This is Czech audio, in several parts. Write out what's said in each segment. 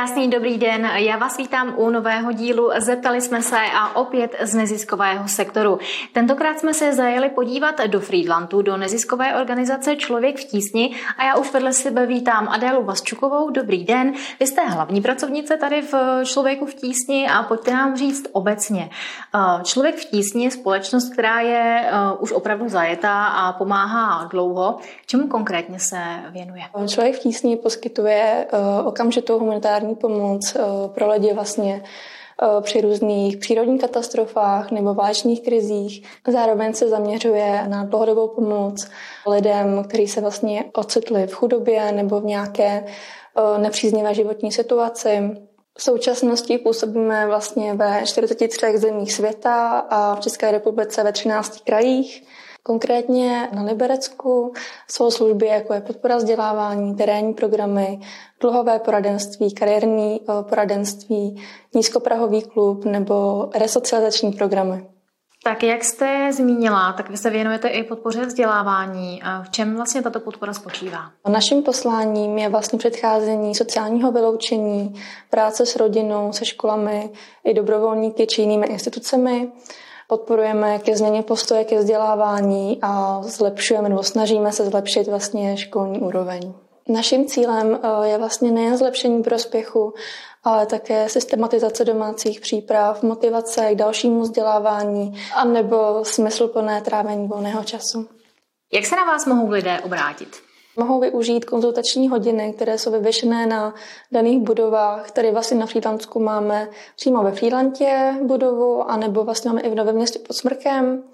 Krásný dobrý den, já vás vítám u nového dílu Zeptali jsme se a opět z neziskového sektoru. Tentokrát jsme se zajeli podívat do Frýdlantu, do neziskové organizace Člověk v tísni a já už vedle sebe vítám Adélu Vasčukovou. Dobrý den, vy jste hlavní pracovnice tady v Člověku v tísni a pojďte nám říct obecně. Člověk v tísni je společnost, která je už opravdu zajetá a pomáhá dlouho. Čemu konkrétně se věnuje? Člověk v tísni poskytuje okamžitou humanitární pomoc pro lidi vlastně při různých přírodních katastrofách nebo válečných krizích. Zároveň se zaměřuje na dlouhodobou pomoc lidem, kteří se vlastně ocitli v chudobě nebo v nějaké nepříznivé životní situaci. V současnosti působíme vlastně ve 43 zemích světa a v České republice ve 13 krajích. Konkrétně na Liberecku jsou služby, jako je podpora vzdělávání, terénní programy, dluhové poradenství, kariérní poradenství, nízkoprahový klub nebo resocializační programy. Tak jak jste zmínila, tak vy se věnujete i podpoře vzdělávání. V čem vlastně tato podpora spočívá? Naším posláním je vlastně předcházení sociálního vyloučení, práce s rodinou, se školami i dobrovolníky či jinými institucemi. Podporujeme ke změně postoje ke vzdělávání a zlepšujeme nebo snažíme se zlepšit vlastně školní úroveň. Naším cílem je vlastně nejen zlepšení prospěchu, ale také systematizace domácích příprav, motivace k dalšímu vzdělávání a nebo smysluplné trávení volného času. Jak se na vás mohou lidé obrátit? Mohou využít konzultační hodiny, které jsou vyvěšené na daných budovách. Tady vlastně na Frýdlantsku máme přímo ve Frýdlantě budovu, anebo vlastně máme i v Novém Městě pod Smrkem.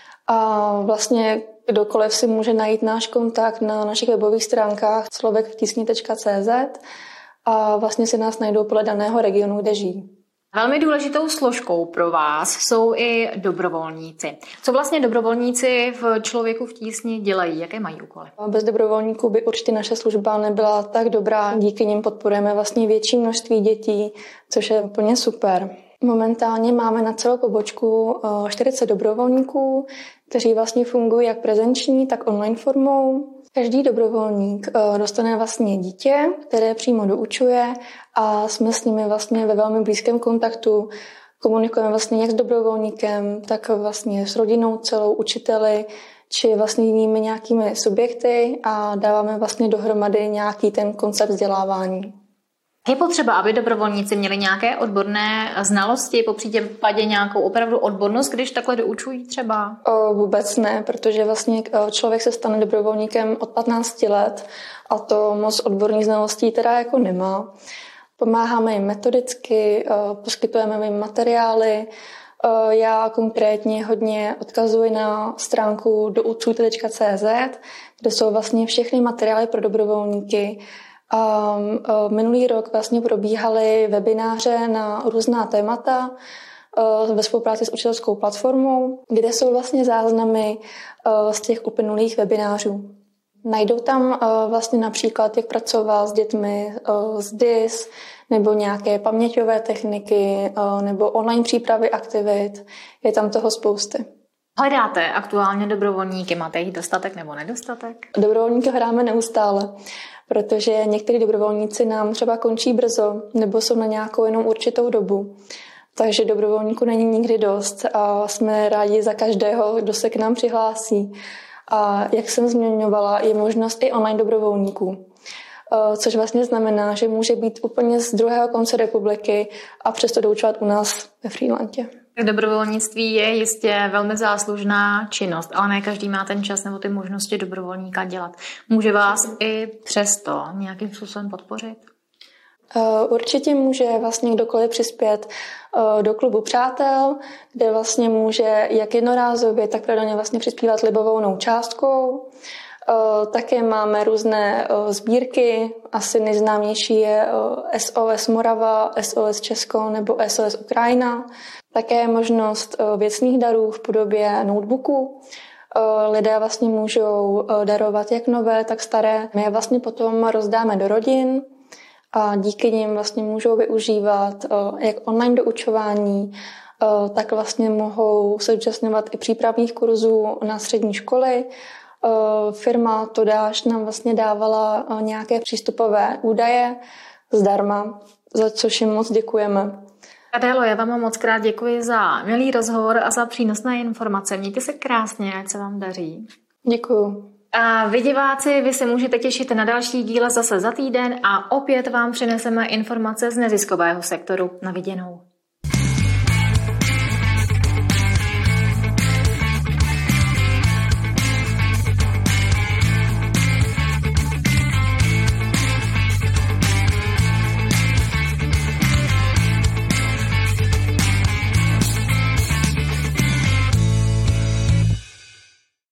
A vlastně kdokoliv si může najít náš kontakt na našich webových stránkách člověkvtísni.cz a vlastně si nás najdou podle daného regionu, kde žijí. Velmi důležitou složkou pro vás jsou i dobrovolníci. Co vlastně dobrovolníci v Člověku v tísni dělají? Jaké mají úkoly? Bez dobrovolníků by určitě naše služba nebyla tak dobrá. Díky nim podporujeme vlastně větší množství dětí, což je úplně super. Momentálně máme na celou pobočku 40 dobrovolníků, kteří vlastně fungují jak prezenční, tak online formou. Každý dobrovolník dostane vlastně dítě, které přímo doučuje a jsme s nimi vlastně ve velmi blízkém kontaktu. Komunikujeme vlastně jak s dobrovolníkem, tak vlastně s rodinou celou, učiteli, či vlastně jinými nějakými subjekty a dáváme vlastně dohromady nějaký ten koncept vzdělávání. Je potřeba, aby dobrovolníci měli nějaké odborné znalosti, popřípadě nějakou opravdu odbornost, když takhle doučují třeba? Vůbec ne, protože vlastně člověk se stane dobrovolníkem od 15 let a to moc odborných znalostí teda jako nemá. Pomáháme jim metodicky, poskytujeme jim materiály. Já konkrétně hodně odkazuji na stránku doučujte.cz, kde jsou vlastně všechny materiály pro dobrovolníky. Minulý rok vlastně probíhaly webináře na různá témata ve spolupráci s učitelskou platformou, kde jsou vlastně záznamy z těch uplynulých webinářů. Najdou tam vlastně například, jak pracovat s dětmi z DIS, nebo nějaké paměťové techniky, nebo online přípravy aktivit. Je tam toho spousty. Hledáte aktuálně dobrovolníky? Máte jich dostatek nebo nedostatek? Dobrovolníky hledáme neustále, protože někteří dobrovolníci nám třeba končí brzo nebo jsou na nějakou jenom určitou dobu. Takže dobrovolníků není nikdy dost a jsme rádi za každého, kdo se k nám přihlásí. A jak jsem zmiňovala, je možnost i online dobrovolníků, což vlastně znamená, že může být úplně z druhého konce republiky a přesto doučovat u nás ve Frýdlantě. Dobrovolnictví je jistě velmi záslužná činnost, ale ne každý má ten čas nebo ty možnosti dobrovolníka dělat. Může vás i přesto nějakým způsobem podpořit? Určitě může vlastně kdokoliv přispět do klubu přátel, kde vlastně může jak jednorázově, tak pravidelně vlastně přispívat libovolnou částkou. Také máme různé sbírky, asi nejznámější je SOS Morava, SOS Česko nebo SOS Ukrajina. Také je možnost věcných darů v podobě notebooků. Lidé vlastně můžou darovat jak nové, tak staré. My je vlastně potom rozdáme do rodin a díky nim vlastně můžou využívat jak online doučování, tak vlastně mohou se účastňovat i přípravných kurzů na střední školy. Firma Todáš nám vlastně dávala nějaké přístupové údaje zdarma, za což jim moc děkujeme. Adélo, já vám moc krát děkuji za milý rozhovor a za přínosné informace. Mějte se krásně, ať se vám daří. Děkuju. A vy diváci, vy se můžete těšit na další díle zase za týden a opět vám přineseme informace z neziskového sektoru. Na viděnou.